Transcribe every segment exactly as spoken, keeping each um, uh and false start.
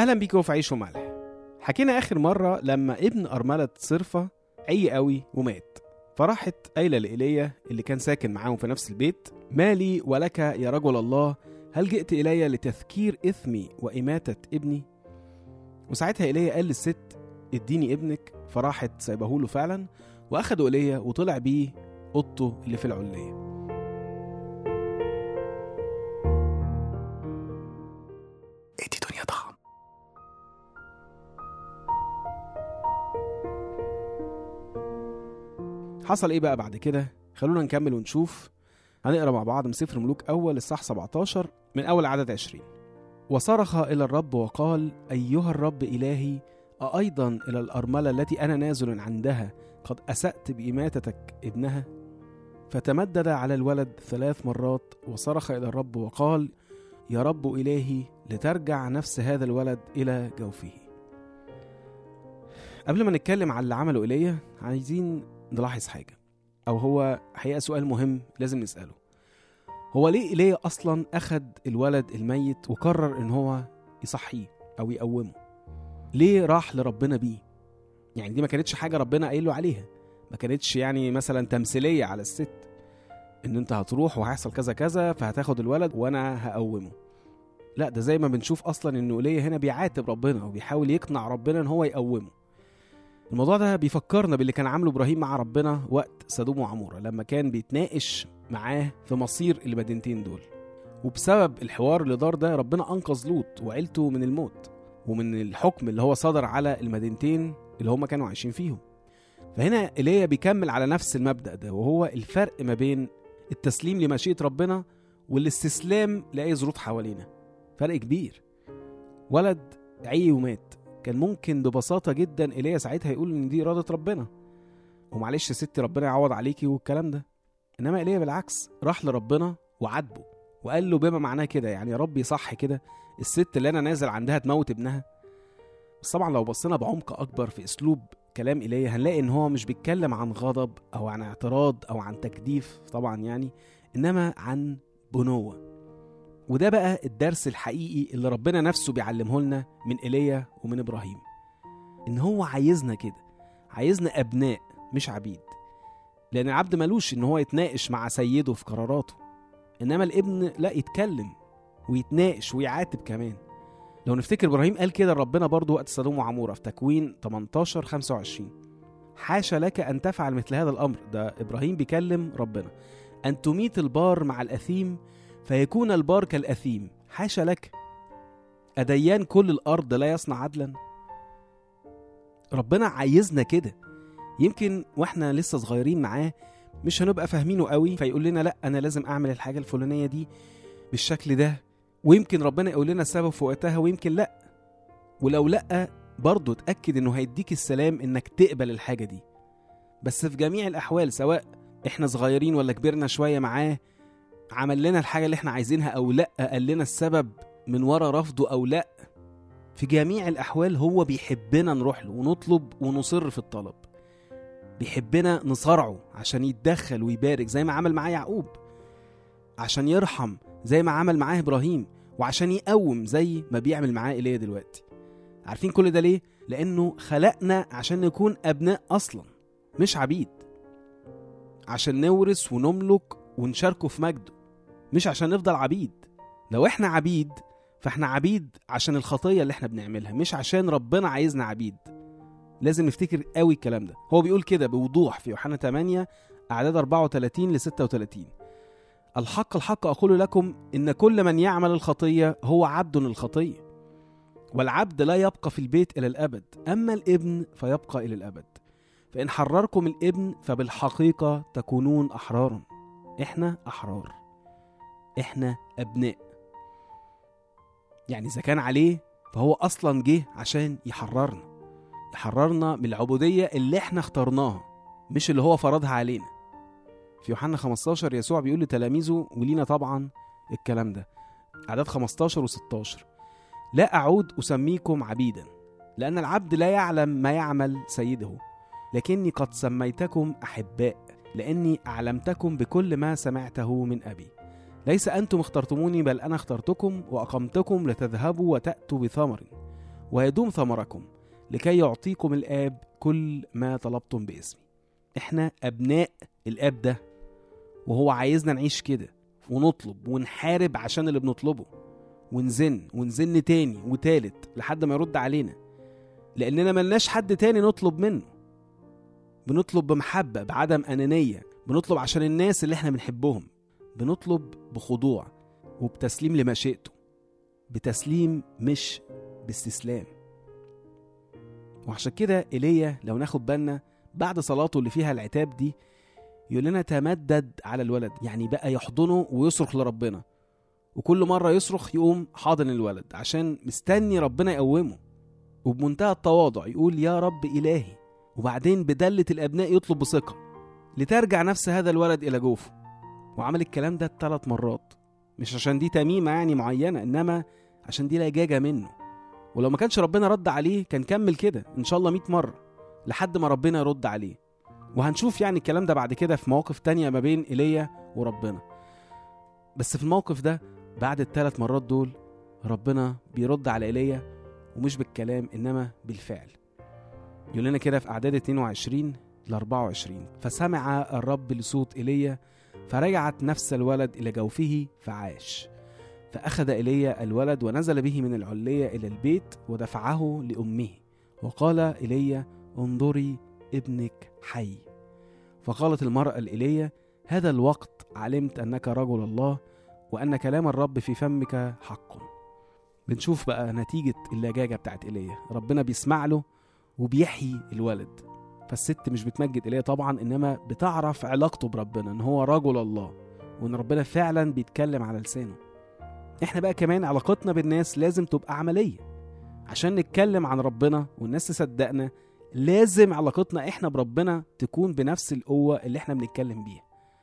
أهلا بيكم في عيش وملح. حكينا آخر مرة لما ابن أرملة صرفة عي قوي ومات، فراحت قايلة لإيليا اللي كان ساكن معاهم في نفس البيت: ما لي ولك يا رجل الله؟ هل جئت إلي لتذكير إثمي وإماتة ابني؟ وساعتها إيليا قال للست: اديني ابنك. فراحت سايبهوله فعلا، وأخدوا إيليا وطلع بيه أوضته اللي في العلية. ادي دنيا طعم. حصل ايه بقى بعد كده؟ خلونا نكمل ونشوف. هنقرأ مع بعض من سفر ملوك أول الصح سبعتاشر من أول عدد عشرين. وصرخ إلى الرب وقال: أيها الرب إلهي، أأيضا إلى الأرملة التي أنا نازل عندها قد أسأت بإماتتك ابنها؟ فتمدد على الولد ثلاث مرات وصرخ إلى الرب وقال: يا رب إلهي، لترجع نفس هذا الولد إلى جوفه. قبل ما نتكلم على اللي عمله إيليا، عايزين نلاحظ حاجة، أو هو حقيقة سؤال مهم لازم نسأله. هو ليه إيليا أصلا أخد الولد الميت وقرر إن هو يصحيه أو يقومه؟ ليه راح لربنا بيه؟ يعني دي ما كانتش حاجة ربنا قايله عليها، ما كانتش يعني مثلا تمثيلية على الست إن أنت هتروح وهيحصل كذا كذا فهتاخد الولد وأنا هقومه. لا، ده زي ما بنشوف أصلا إنه إيليا هنا بيعاتب ربنا وبيحاول يقنع ربنا إن هو يقومه. الموضوع ده بيفكرنا باللي كان عامله إبراهيم مع ربنا وقت سدوم وعمورة، لما كان بيتناقش معاه في مصير المدينتين دول. وبسبب الحوار اللي دار ده ربنا أنقذ لوط وعيلته من الموت ومن الحكم اللي هو صدر على المدينتين اللي هم كانوا عايشين فيهم. فهنا إيليا بيكمل على نفس المبدأ ده، وهو الفرق ما بين التسليم لمشيئة ربنا والاستسلام لأي ظروف حوالينا. فرق كبير. ولد عي ومات، كان ممكن ببساطة جدا إيليا ساعتها يقول إن دي إرادة ربنا ومعلش ستي ربنا يعوض عليكي والكلام ده. إنما إيليا بالعكس راح لربنا وعاتبه وقال له بما معناه كده، يعني يا رب يصح كده الست اللي أنا نازل عندها تموت ابنها؟ بس طبعا لو بصينا بعمق أكبر في أسلوب كلام إيليا هنلاقي إن هو مش بيتكلم عن غضب أو عن اعتراض أو عن تجديف طبعا يعني، إنما عن بنوة. وده بقى الدرس الحقيقي اللي ربنا نفسه بيعلمه لنا من إيليا ومن إبراهيم، إن هو عايزنا كده، عايزنا أبناء مش عبيد. لأن العبد ملوش إن هو يتناقش مع سيده في قراراته، إنما الابن لا، يتكلم ويتناقش ويعاتب كمان. لو نفتكر إبراهيم قال كده ربنا برضو وقت سدوم وعمورة في تكوين تمنتاشر خمسة وعشرين: حاشا لك أن تفعل مثل هذا الأمر. ده إبراهيم بيكلم ربنا: أن تميت البار مع الأثيم فيكون البار كالأثيم، حاشا لك. أديان كل الأرض لا يصنع عدلا؟ ربنا عايزنا كده. يمكن وإحنا لسه صغيرين معاه مش هنبقى فاهمينه قوي، فيقول لنا لا أنا لازم أعمل الحاجة الفلانية دي بالشكل ده، ويمكن ربنا يقول لنا السبب في وقتها ويمكن لا. ولو لا برضو تأكد إنه هيديك السلام إنك تقبل الحاجة دي. بس في جميع الأحوال سواء إحنا صغيرين ولا كبرنا شوية معاه، عمل لنا الحاجة اللي إحنا عايزينها أو لا، قال لنا السبب من وراء رفضه أو لا، في جميع الأحوال هو بيحبنا نروح له ونطلب ونصر في الطلب. بيحبنا نصارعه عشان يتدخل ويبارك زي ما عمل معاه يعقوب، عشان يرحم زي ما عمل معاه إبراهيم، وعشان يقوم زي ما بيعمل معاه إيليا دلوقتي. عارفين كل ده ليه؟ لأنه خلقنا عشان نكون أبناء أصلا مش عبيد، عشان نورث ونملك ونشاركه في مجده، مش عشان نفضل عبيد. لو احنا عبيد فاحنا عبيد عشان الخطية اللي احنا بنعملها، مش عشان ربنا عايزنا عبيد. لازم نفتكر قوي الكلام ده. هو بيقول كده بوضوح في يوحنا ثمانية أعداد أربعة وثلاثين لستة وثلاثين: الحق الحق أقول لكم إن كل من يعمل الخطية هو عبد للخطية، والعبد لا يبقى في البيت إلى الأبد، أما الابن فيبقى إلى الأبد. فإن حرركم الابن فبالحقيقة تكونون أحرارا. إحنا أحرار، إحنا أبناء. يعني إذا كان عليه فهو أصلا جه عشان يحررنا، يحررنا من العبودية اللي إحنا اخترناها مش اللي هو فرضها علينا. في يوحنا خمستاشر يسوع بيقول لتلاميذه ولينا طبعا الكلام ده، أعداد خمستاشر وستاشر: لا أعود أسميكم عبيدا، لأن العبد لا يعلم ما يعمل سيده، لكني قد سميتكم أحباء، لأني أعلمتكم بكل ما سمعته من أبي. ليس أنتم اخترتموني بل أنا اخترتكم وأقمتكم لتذهبوا وتأتوا بثمر ويدوم ثمركم لكي يعطيكم الآب كل ما طلبتم باسمي. احنا أبناء الآب ده، وهو عايزنا نعيش كده ونطلب ونحارب عشان اللي بنطلبه، ونزن ونزن تاني وتالت لحد ما يرد علينا، لأننا ملناش حد تاني نطلب منه. بنطلب بمحبة، بعدم أنانية، بنطلب عشان الناس اللي احنا بنحبهم، بنطلب بخضوع وبتسليم لمشيئته، بتسليم مش باستسلام. وعشان كده إيليا لو ناخد بالنا بعد صلاته اللي فيها العتاب دي يقول لنا تمدد على الولد، يعني بقى يحضنه ويصرخ لربنا، وكل مرة يصرخ يقوم حاضن الولد عشان مستني ربنا يقومه، وبمنتهى التواضع يقول يا رب إلهي، وبعدين بدلة الأبناء يطلب بثقة لترجع نفس هذا الولد إلى جوفه. وعمل الكلام ده ثلاث مرات، مش عشان دي تميمة يعني معينة، إنما عشان دي لجاجة منه. ولو ما كانش ربنا رد عليه كان كمل كده إن شاء الله مئة مرة لحد ما ربنا يرد عليه. وهنشوف يعني الكلام ده بعد كده في مواقف تانية ما بين إيليا وربنا. بس في الموقف ده بعد الثلاث مرات دول ربنا بيرد على إيليا، ومش بالكلام إنما بالفعل. يقول لنا كده في أعداد اثنين وعشرين لأربعة وعشرين فسمع الرب لصوت إيليا فرجعت نفس الولد إلى جوفه فعاش. فأخذ إيليا الولد ونزل به من العلية إلى البيت ودفعه لأمه، وقال إيليا انظري ابنك حي. فقالت المرأة لإيليا هذا الوقت علمت أنك رجل الله وأن كلام الرب في فمك حق. بنشوف بقى نتيجة اللجاجة بتاعت إيليا، ربنا بيسمع له وبيحيي الولد. فالست مش بتمجد إيليا طبعا، إنما بتعرف علاقته بربنا إن هو رجل الله، وإن ربنا فعلا بيتكلم على لسانه. إحنا بقى كمان علاقتنا بالناس لازم تبقى عملية، عشان نتكلم عن ربنا والناس تصدقنا لازم علاقتنا إحنا بربنا تكون بنفس القوة اللي إحنا بنتكلم بيها.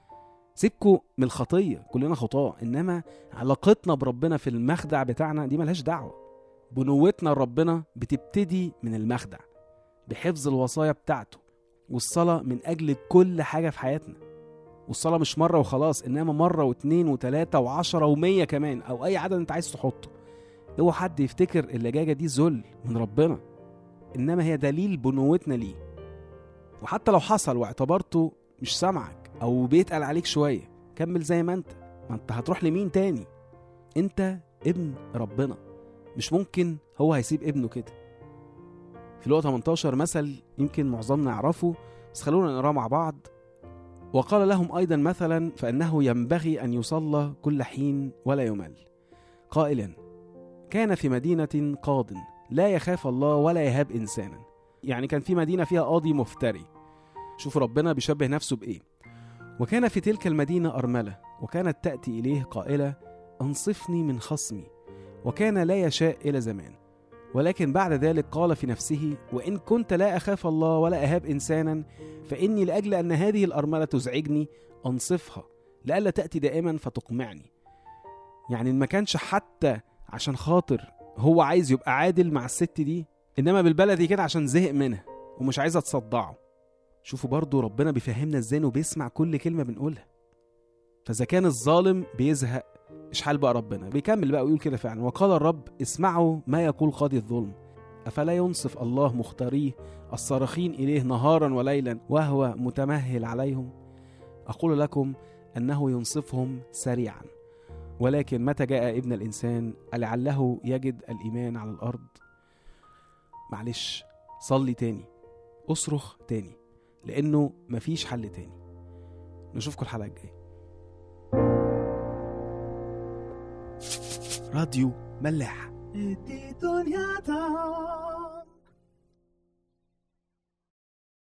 سيبكوا من الخطية، كلنا خطاة، إنما علاقتنا بربنا في المخدع بتاعنا دي ملهاش دعوة. بنوتنا لربنا بتبتدي من المخدع بحفظ الوصايا بتاعته، والصلاة من أجل كل حاجة في حياتنا. والصلاة مش مرة وخلاص، إنما مرة واثنين وثلاثة وعشرة ومية كمان، أو أي عدد أنت عايز تحطه. اوعى حد يفتكر اللجاجة دي ذل من ربنا، إنما هي دليل بنوتنا ليه. وحتى لو حصل واعتبرته مش سامعك أو بيتقل عليك شوية، كمل زي ما أنت، ما أنت هتروح لمين تاني؟ أنت ابن ربنا، مش ممكن هو هيسيب ابنه كده. في لقا ثمانية عشر مثل يمكن معظمنا يعرفه، بس خلونا نقراه مع بعض. وقال لهم أيضا مثلا فإنه ينبغي أن يصلى كل حين ولا يمل، قائلا كان في مدينة قاض لا يخاف الله ولا يهاب إنسانا. يعني كان في مدينة فيها قاضي مفتري. شوف ربنا بيشبه نفسه بإيه. وكان في تلك المدينة أرملة، وكانت تأتي إليه قائلة أنصفني من خصمي، وكان لا يشاء إلى زمان. ولكن بعد ذلك قال في نفسه وإن كنت لا أخاف الله ولا أهاب إنسانا فإني لأجل أن هذه الأرملة تزعجني أنصفها لألا تأتي دائما فتقمعني. يعني ما كانش حتى عشان خاطر هو عايز يبقى عادل مع الست دي، إنما بالبلدي كده عشان زهق منها ومش عايزة تصدعه. شوفوا برضو ربنا بيفهمنا ازاي وبيسمع كل كلمة بنقولها. فإذا كان الظالم بيزهق، إيش حال بقى ربنا؟ بيكمل بقى ويقول كده فعلا وقال الرب اسمعوا ما يقول قاضي الظلم، أفلا ينصف الله مختاريه الصارخين إليه نهارا وليلا وهو متمهل عليهم؟ أقول لكم أنه ينصفهم سريعا. ولكن متى جاء ابن الإنسان لعله يجد الإيمان على الأرض؟ معلش، صلي تاني، أصرخ تاني، لأنه مفيش حل تاني. نشوفكم الحلقة الجاية. راديو ملاح.